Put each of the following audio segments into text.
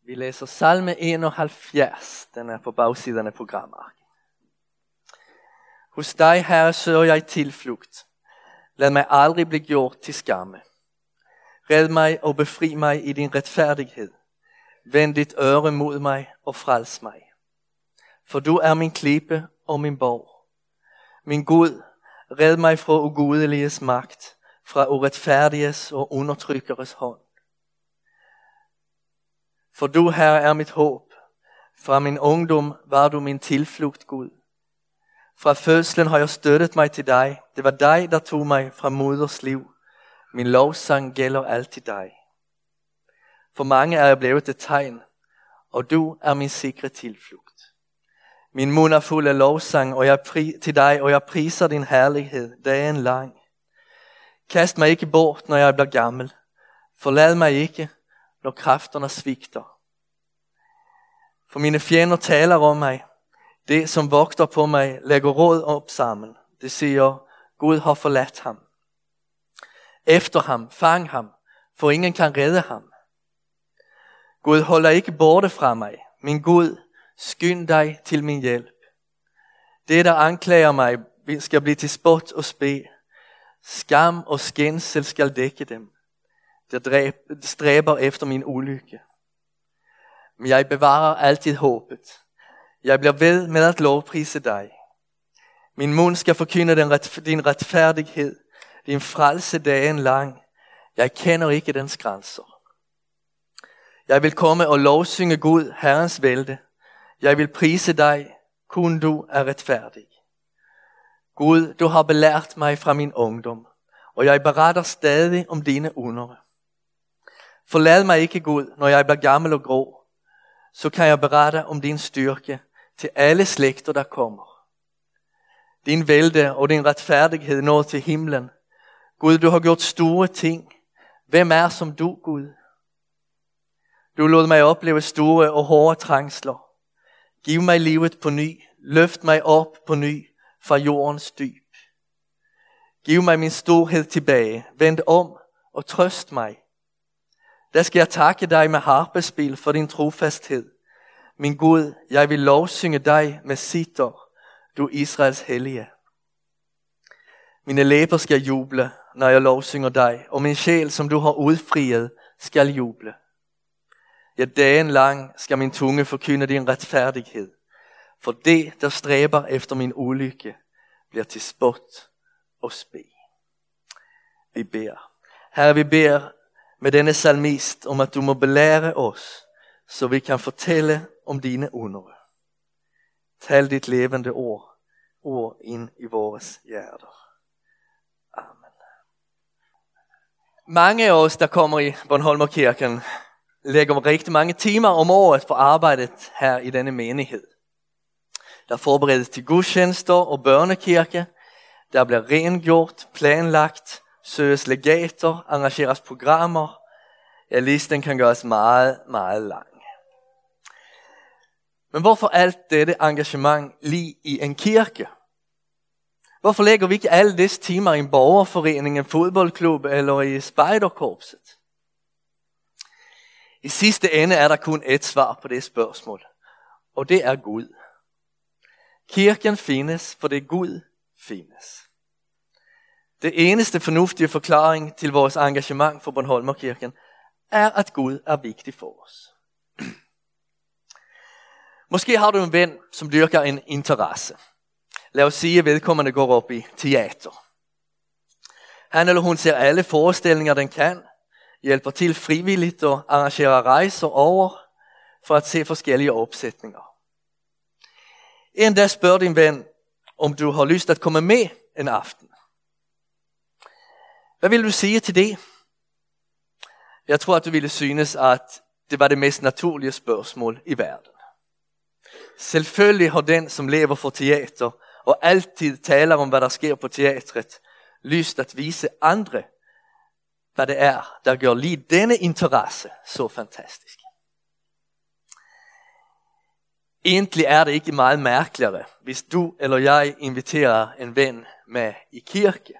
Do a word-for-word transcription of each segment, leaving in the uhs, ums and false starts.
Vi læser salme enoghalvfjerds, den er på bagsiden af programarket. Hos dig, Herre, søger jeg tilflugt. Lad mig aldrig blive gjort til skamme. Red mig og befri mig i din retfærdighed. Vend dit øre mod mig og frels mig. For du er min klippe og min borg. Min Gud, red mig fra ugudeliges magt, fra uretfærdiges og undertrykkeres hånd. For du, Herre, er mit håb. Fra min ungdom var du min tilflugt, Gud. Fra fødslen har jeg støttet mig til dig. Det var dig, der tog mig fra moders liv. Min lovsang gælder altid dig. For mange er jeg blevet et tegn, og du er min sikre tilflugt. Min mund er fuld af lovsang og jeg pri- til dig, og jeg priser din herlighed dagen lang. Kast mig ikke bort, når jeg bliver gammel. Forlad mig ikke, når kræfterne svigter. For mine fjender taler om mig. Det, som vogter på mig, lægger råd op sammen. Det siger, Gud har forladt ham. Efter ham, fang ham, for ingen kan redde ham. Gud holder ikke borte fra mig. Min Gud, skynd dig til min hjælp. Det, der anklager mig, skal blive til spot og spe. Skam og skændsel skal dække dem, der stræber efter min ulykke. Men jeg bevarer altid håbet. Jeg bliver ved med at lovprise dig. Min mund skal forkynde den ret, din retfærdighed, din frelse dagen lang. Jeg kender ikke dens grænser. Jeg vil komme og lovsynge Gud, Herrens vælde. Jeg vil prise dig, kun du er retfærdig. Gud, du har belært mig fra min ungdom, og jeg beretter stadig om dine undere. Forlad mig ikke, Gud, når jeg bliver gammel og grå, så kan jeg berette om din styrke til alle slægter, der kommer. Din vælde og din retfærdighed når til himlen. Gud, du har gjort store ting. Hvem er som du, Gud? Du lod mig opleve store og hårde trængsler. Giv mig livet på ny. Løft mig op på ny fra jordens dyb. Giv mig min storhed tilbage. Vend om og trøst mig. Der skal jeg takke dig med harpespil for din trofasthed. Min Gud, jeg vil lovsynge dig med sitter, du Israels hellige. Mine læber skal juble, når jeg lovsynger dig, og min sjæl, som du har udfriet, skal juble. Ja, dagen lang skal min tunge forkynde din retfærdighed, for det, der stræber efter min ulykke, bliver til spot og spe. Vi beder. Herre, vi beder med denne salmist om, at du må belære os, så vi kan fortælle om dine undere. Tal dit levende ord, ord ind i vores hjerter. Amen. Mange af os, der kommer i Bornholmerkirken, lægger rigtig mange timer om året på arbejdet her i denne menighed. Der forberedes til gudstjenester og børnekirke. Der bliver rengjort, planlagt, søges legater, arrangeres programmer. Ja, listen kan gøres meget, meget lang. Men hvorfor alt dette engagement lige i en kirke? Hvorfor lægger vi ikke alle disse timer i en borgerforening, en fodboldklub eller i spejderkorpset? I sidste ende er der kun et svar på det spørgsmål, og det er Gud. Kirken findes, for det Gud findes. Det eneste fornuftige forklaring til vores engagement for Bornholmerkirken er, at Gud er vigtig for os. Måske har du en ven, som dyrker en interesse. Lad os sige, at vedkommende går op i teater. Han eller hun ser alle forestillinger, den kan, hjælper til frivilligt og arrangerer rejser over for at se forskellige opsætninger. En dag spørger din ven, om du har lyst at komme med en aften. Hvad vil du sige til det? Jeg tror, at du ville synes, at det var det mest naturlige spørgsmål i verden. Selvfølgelig har den, som lever for teater og altid taler om, hvad der sker på teatret, lyst at vise andre, hvad det er, der gør lige denne interesse så fantastisk. Egentlig er det ikke meget mærkeligere, hvis du eller jeg inviterer en ven med i kirke.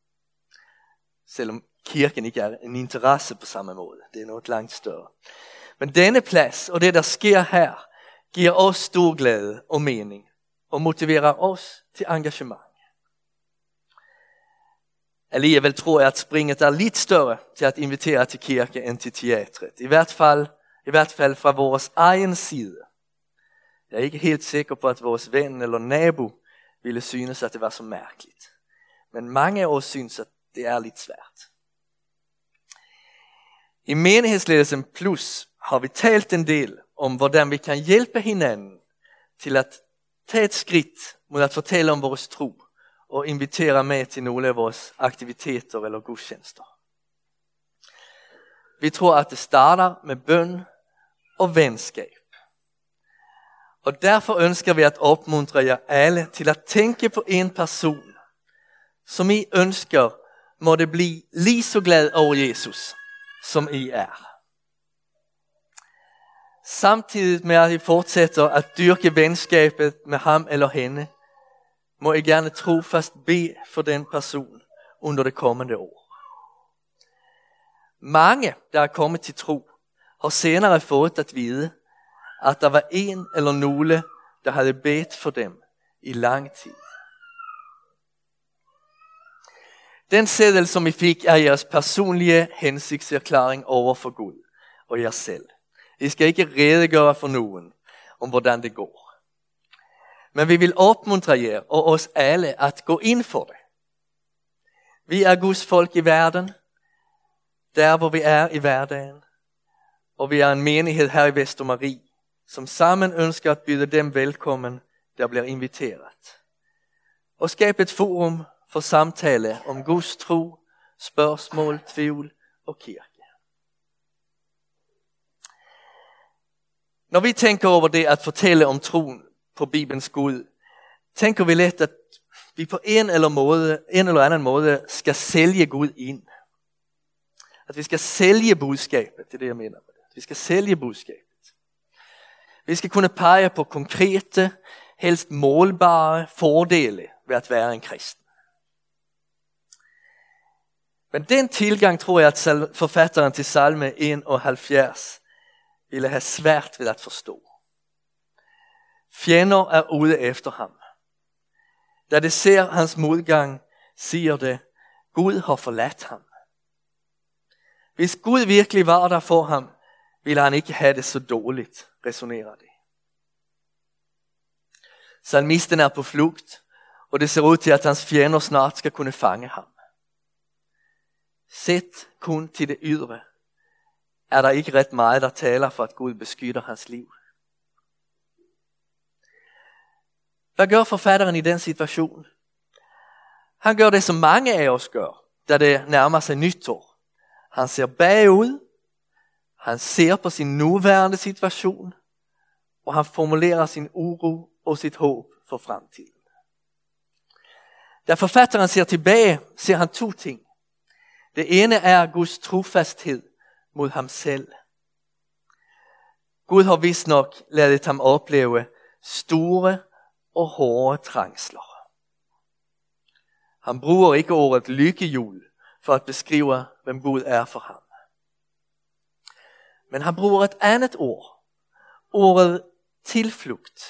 Selvom kirken ikke er en interesse på samme måde. Det er noget langt større. Men denne plads og det, der sker her, giver os stor glæde og mening og motiverer os til engagement. Alligevel tror jeg, at springet er lidt større til at invitere til kirke end til teatret. I hvert fald, i hvert fald fra vores egen side. Jeg er ikke helt sikker på, at vores ven eller nabo ville synes, at det var så mærkeligt. Men mange af os synes, at det er lidt svært. I menighedsledelsen Plus har vi talt en del om, hvordan vi kan hjælpe hinanden til at tage et skridt mod at fortælle om vores tro og invitere med til nogle af vores aktiviteter eller gudstjenester. Vi tror, at det starter med bøn og venskab. Og derfor ønsker vi at opmuntre jer alle til at tænke på en person, som I ønsker må det blive lige så glad over Jesus, som I er. Samtidig med at I fortsætter at dyrke venskabet med ham eller hende, må I gerne trofast bede for den person under det kommende år. Mange, der er kommet til tro, har senere fået at vide, at der var en eller nogle, der havde bedt for dem i lang tid. Den seddel, som I fik, er jeres personlige hensigtserklæring over for Gud og jer selv. I skal ikke redegøre for nogen om, hvordan det går. Men vi vil opmuntre jer og os alle at gå ind for det. Vi er Guds folk i verden, der hvor vi er i hverdagen. Og vi er en menighed her i Vestermarie, som sammen ønsker at byde dem velkommen, der bliver inviteret. Og skabe et forum for samtale om Guds tro, spørgsmål, tvivl og kirke. Når vi tænker over det at fortælle om troen på Bibelens Gud, tænker vi let, at vi på en eller, måde, en eller anden måde skal sælge Gud ind. At vi skal sælge budskabet, det er det jeg mener med det. Vi skal sælge budskabet. Vi skal kunne pege på konkrete, helst målbare fordele ved at være en kristen. Men den tilgang tror jeg, at forfatteren til salme enoghalvfjerds ville have svært ved at forstå. Fjender er ude efter ham. Da det ser hans modgang, siger det, Gud har forladt ham. Hvis Gud virkelig var der for ham, ville han ikke have det så dårligt, resonerer det. Salmisten er på flugt, og det ser ud til, at hans fjender snart skal kunne fange ham. Sæt kun til det ydre, er der ikke ret meget, der taler for, at Gud beskytter hans liv. Hvad gør forfatteren i den situation? Han gør det, som mange af os gør, da det nærmer sig nytår. Han ser bagud, han ser på sin nuværende situation, og han formulerer sin uro og sit håb for fremtiden. Da forfatteren ser tilbage, ser han to ting. Det ene er Guds trofasthed mod ham selv. Gud har vist nok ladet ham opleve store og hårde trængsler. Han bruger ikke ordet lykkehjul for at beskrive, hvem Gud er for ham. Men han bruger et andet ord. Ordet tilflugt.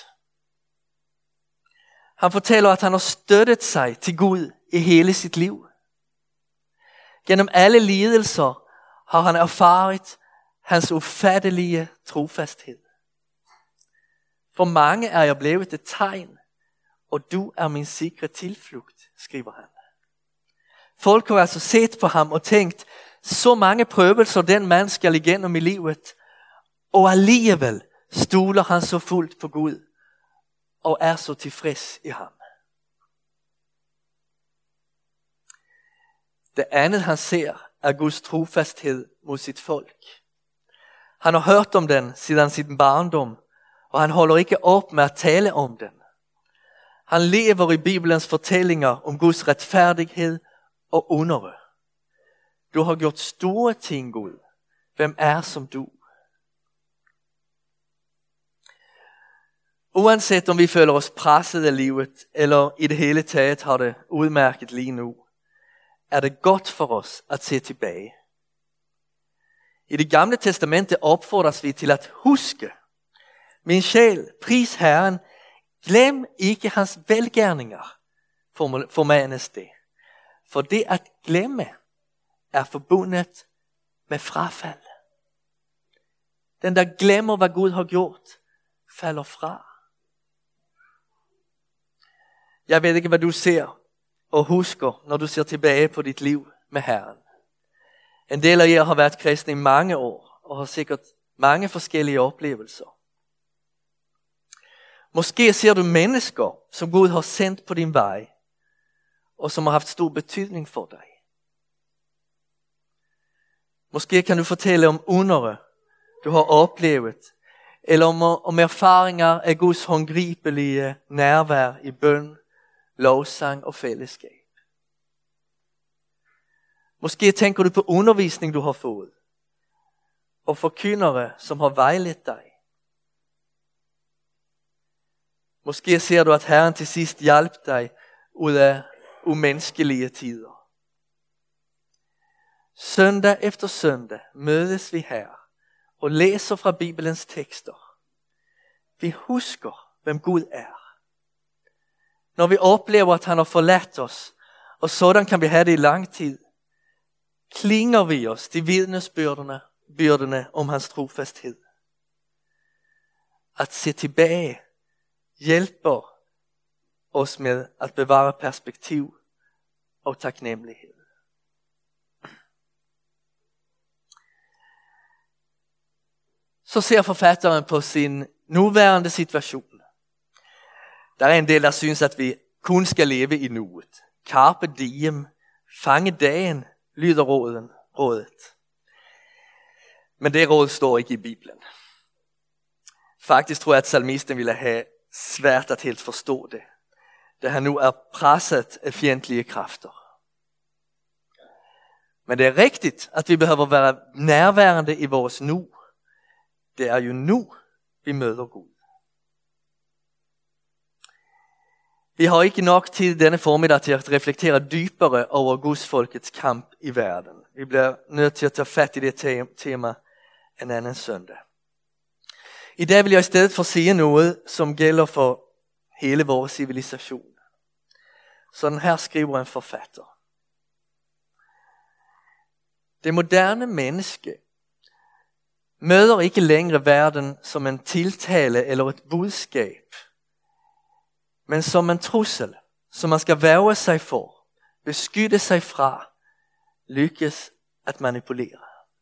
Han fortæller, at han har støttet sig til Gud i hele sit liv. Gennem alle lidelser har han erfaret hans ufattelige trofasthed. For mange er jeg blevet et tegn, og du er min sikre tilflugt, skriver han. Folk har altså set på ham og tænkt, så mange prøvelser den mand skal igennem i livet, og alligevel stoler han så fuldt på Gud, og er så tilfreds i ham. Det andet han ser er Guds trofasthed mod sit folk. Han har hørt om den siden sin barndom, og han holder ikke op med at tale om den. Han lever i Bibelens fortællinger om Guds retfærdighed og undere. Du har gjort store ting, Gud. Hvem er som du? Uanset om vi føler os presset af livet, eller i det hele taget har det udmærket lige nu, er det godt for os at se tilbage. I det gamle testamentet opfordres vi til at huske. Min sjæl, pris Herren, glem ikke hans velgærninger, formanes det. For det at glemme er forbundet med frafald. Den der glemmer, hvad Gud har gjort, falder fra. Jeg ved ikke, hvad du ser og husker, når du ser tilbage på dit liv med Herren. En del af jer har været kristne i mange år, og har sikkert mange forskellige oplevelser. Måske ser du mennesker, som Gud har sendt på din vej, og som har haft stor betydning for dig. Måske kan du fortælle om undere, du har oplevet, eller om, om erfaringer af Guds håndgribelige nærvær i bøn, lovsang og fællesskab. Måske tænker du på undervisning, du har fået, og forkyndere, som har vejledt dig. Måske ser du, at Herren til sidst hjalp dig ud af umenneskelige tider. Søndag efter søndag mødes vi her og læser fra Bibelens tekster. Vi husker, hvem Gud er. Når vi oplever, at han har forladt os, og sådan kan vi have det i lang tid, klinger vi os til vidnesbyrderne byrderne om hans trofasthed. At se tilbage hjælper os med at bevare perspektiv og taknemmelighed. Så ser forfatteren på sin nuværende situation. Der er en del, der synes, at vi kun skal leve i nuet. Carpe diem, fange dagen, lyder råden, rådet. Men det råd står ikke i Bibelen. Faktisk tror jeg, at salmisten ville have svært at helt forstå det, da han nu er presset af fjendtlige kræfter. Men det er rigtigt, at vi behøver være nærværende i vores nu. Det er jo nu, vi møder Gud. Vi har ikke nok tid denne formiddag til at reflektere dybere over Guds folkets kamp i verden. Vi bliver nødt til at tage fat i det tema en anden søndag. I dag vil jeg i stedet for sige noget, som gælder for hele vores civilisation. Sådan her skriver en forfatter. Det moderne menneske møder ikke længere verden som en tiltale eller et budskab, men som en trussel, som man skal værge sig for, beskytte sig fra, lykkes at manipulere.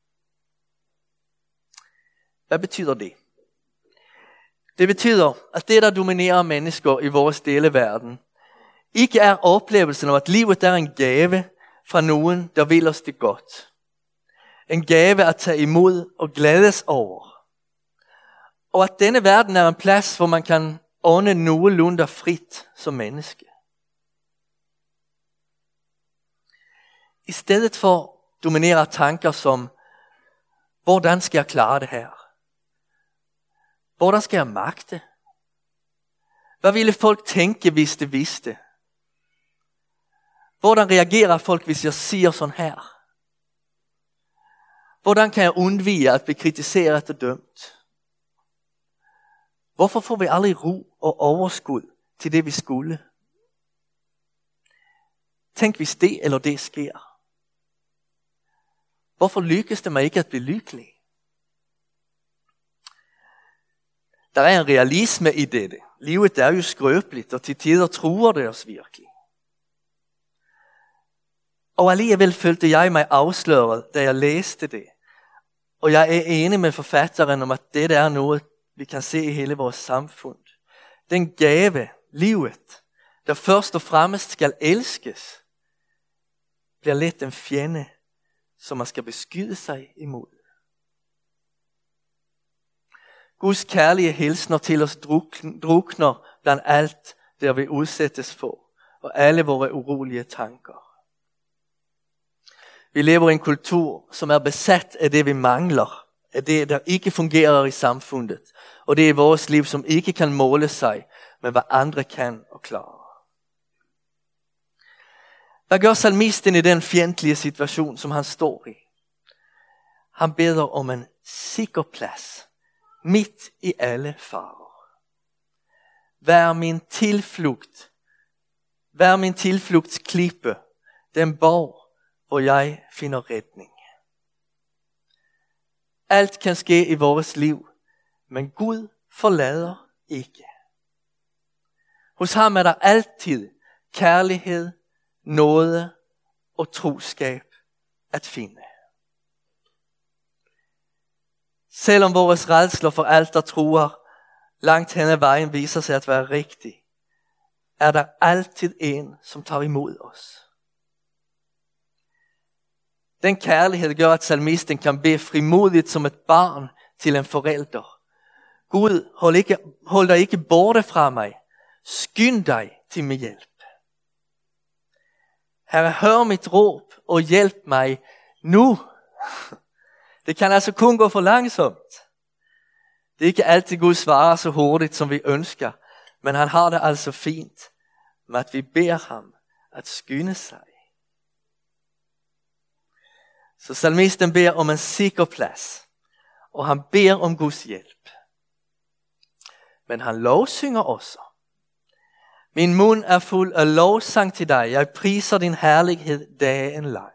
Hvad betyder det? Det betyder, at det, der dominerer mennesker i vores del af verden, ikke er oplevelsen af, at livet er en gave fra nogen, der vil os det godt. En gave at tage imod og glædes over. Og at denne verden er en plads, hvor man kan ånde nogenlunde frit som menneske. I stedet for dominerer tanker som, hvordan skal jeg klare det her? Hvordan skal jeg magte? Hvad ville folk tænke, hvis de vidste? Hvordan reagerer folk, hvis jeg siger sådan her? Hvordan kan jeg undvige at blive kritiseret og dømt? Hvorfor får vi aldrig ro og overskud til det, vi skulle? Tænk, hvis det eller det sker. Hvorfor lykkes det mig ikke at blive lykkelig? Der er en realisme i dette. Livet er jo skrøbeligt, og til tider truer det os virkelig. Og alligevel følte jeg mig afsløret, da jeg læste det. Og jeg er enig med forfatteren om, at det er noget, vi kan se i hele vores samfund. Den gave, livet, der først og fremmest skal elskes, bliver let en fjende, som man skal beskyde sig imod. Guds kærlige hilsner til os drukner blandt alt, der vi udsættes for, og alle vores urolige tanker. Vi lever i en kultur, som er besat af det, vi mangler, af det, der ikke fungerer i samfundet, og det er vores liv, som ikke kan måle sig med, hvad andre kan og klare. Hvad gør salmisten i den fjendtlige situation, som han står i? Han beder om en sikker plads midt i alle farer. Vær min tilflugt, vær min tilflugtsklippe, den borg, hvor jeg finder redning. Alt kan ske i vores liv, men Gud forlader ikke. Hos ham er der altid kærlighed, nåde og troskab at finde. Selvom vores rædsler for alt, der truer langt hen ad vejen, viser sig at være rigtig, er der altid en, som tager imod os. Den kærlighed gør, at salmisten kan bede frimodigt som et barn til en forælder. Gud, hold, ikke, hold dig ikke borte fra mig. Skynd dig til min hjælp. Herre, hør mit råb og hjælp mig nu. Det kan altså kun gå for langsomt. Det er ikke altid Gud svarer så hurtigt, som vi ønsker. Men han har det altså fint med, at vi beder ham at skynde sig. Så salmisten beder om en sikker plads. Og han beder om Guds hjælp. Men han lovsynger også. Min mund er fuld af lovsang til dig. Jeg priser din herlighed dagen lang.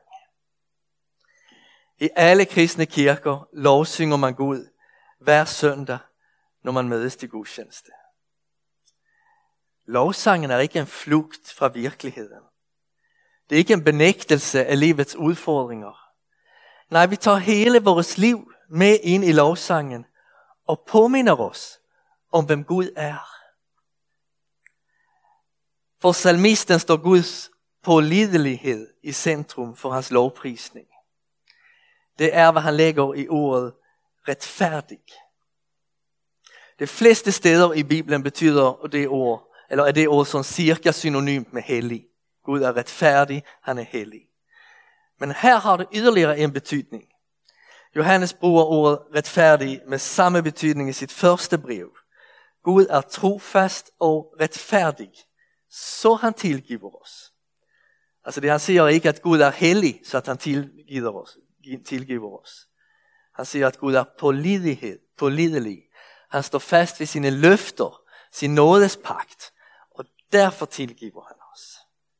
I alle kristne kirker lovsynger man Gud hver søndag, når man mødes til gudstjeneste. Lovsangen er ikke en flugt fra virkeligheden. Det er ikke en benægtelse af livets udfordringer. Nej, vi tager hele vores liv med ind i lovsangen og påminder os om, hvem Gud er. For salmisten står Guds pålidelighed i centrum for hans lovprisning. Det er, hvad han lægger i ordet retfærdig. De fleste steder i Bibelen betyder det ord, eller er det ord som cirka synonymt med hellig. Gud er retfærdig, han er hellig. Men her har det yderligere en betydning. Johannes bruger ordet retfærdig med samme betydning i sit første brev. Gud er trofast og retfærdig, så han tilgiver os. Altså det han siger ikke, at Gud er hellig, så at han tilgiver os. tilgiver os. Han siger, at Gud er pålidelighed, pålidelig. Han står fast ved sine løfter, sin nådespagt, og derfor tilgiver han os.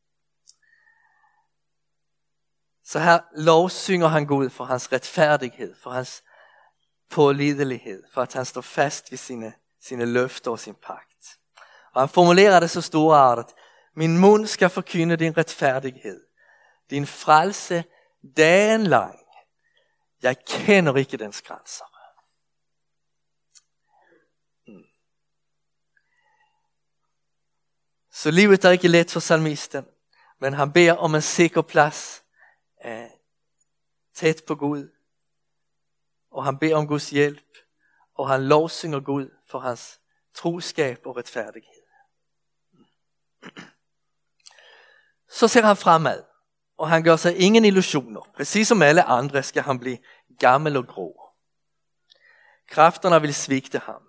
Så her lovsynger han Gud for hans retfærdighed, for hans pålidelighed, for at han står fast ved sine, sine løfter og sin pagt. Og han formulerer det så storartet: min mund skal forkynde din retfærdighed, din frelse dagen lang. Jeg kender ikke dens grænser. Mm. Så livet er ikke let for salmisten, men han beder om en sikker plads eh, tæt på Gud. Og han beder om Guds hjælp, og han lovsynger Gud for hans troskab og retfærdighed. Så ser han fremad. Og han gør sig ingen illusioner. Præcis som alle andre skal han blive gammel og grå. Kræfterne vil svigte ham.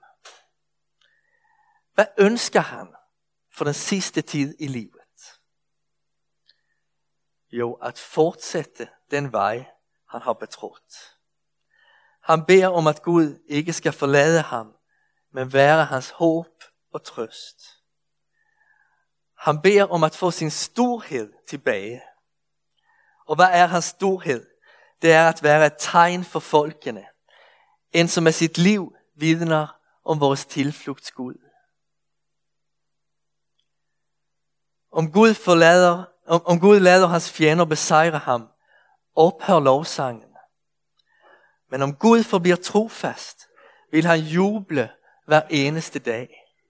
Hvad ønsker han for den sidste tid i livet? Jo, at fortsætte den vej, han har betrådt. Han beder om, at Gud ikke skal forlade ham, men være hans håb og trøst. Han beder om at få sin storhed tilbage. Og hvad er hans storhed? Det er at være et tegn for folkene. En som med sit liv vidner om vores tilflugts Gud. Om Gud forlader, om, om Gud lader hans fjender besejre ham, ophør lovsangen. Men om Gud forbliver trofast, vil han juble hver eneste dag.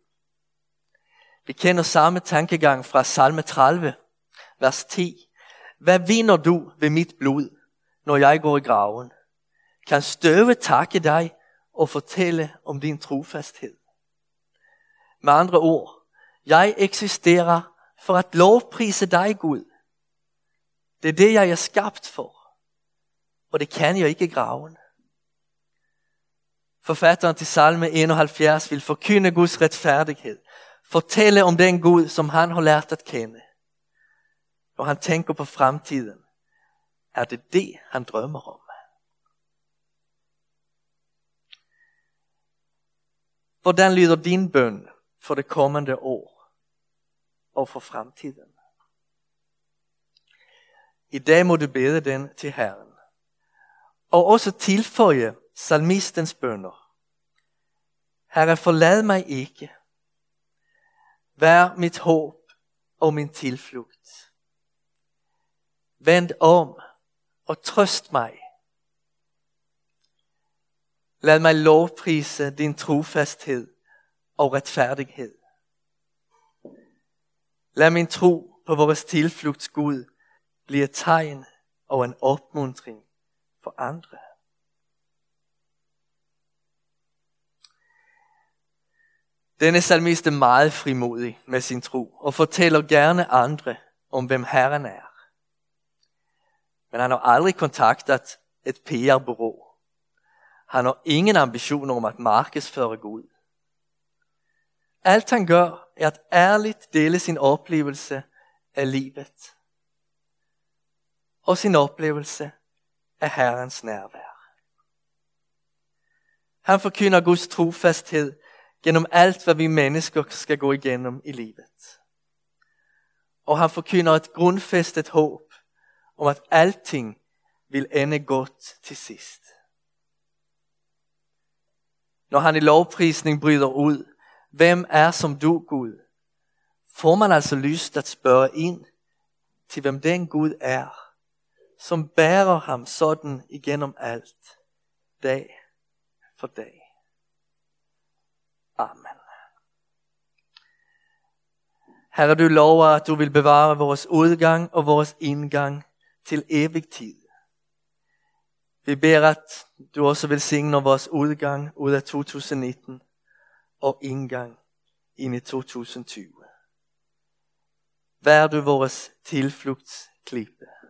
Vi kender samme tankegang fra salme tredive, vers ti. Hvad vinder du ved mit blod, når jeg går i graven? Kan støvet takke dig og fortælle om din trofasthed? Med andre ord, jeg eksisterer for at lovprise dig, Gud. Det er det, jeg er skabt for. Og det kan jeg ikke i graven. Forfatteren til salme enoghalvfjerds vil forkynde Guds retfærdighed. Fortælle om den Gud, som han har lært at kende. Når han tænker på fremtiden, er det det, han drømmer om. Hvordan lyder din bøn for det kommende år og for fremtiden? I dag må du bede den til Herren. Og også tilføje salmistens bønner. Herre, forlad mig ikke. Vær mit håb og min tilflugt. Vend om og trøst mig. Lad mig lovprise din trofasthed og retfærdighed. Lad min tro på vores tilflugts Gud blive et tegn og en opmuntring for andre. Denne salmist er meget frimodig med sin tro og fortæller gerne andre om hvem Herren er. Men han har aldrig kontaktet et P R-bureau. Han har ingen ambitioner om at markedsføre Gud. Alt han gør er at ærligt dele sin oplevelse af livet. Og sin oplevelse af Herrens nærvær. Han forkynder Guds trofasthed gennem alt, hvad vi mennesker skal gå igennem i livet. Og han forkynder et grundfæstet håb om at alting vil ende godt til sidst. Når han i lovprisning bryder ud, hvem er som du, Gud, får man altså lyst at spørge ind til, hvem den Gud er, som bærer ham sådan igennem alt, dag for dag. Amen. Herre, du lover, at du vil bevare vores udgang og vores indgang til evig tid. Vi beder, at du også velsigner vores udgang ud af to tusind nitten og indgang ind i to tusind tyve. Vær du vores tilflugtsklippe.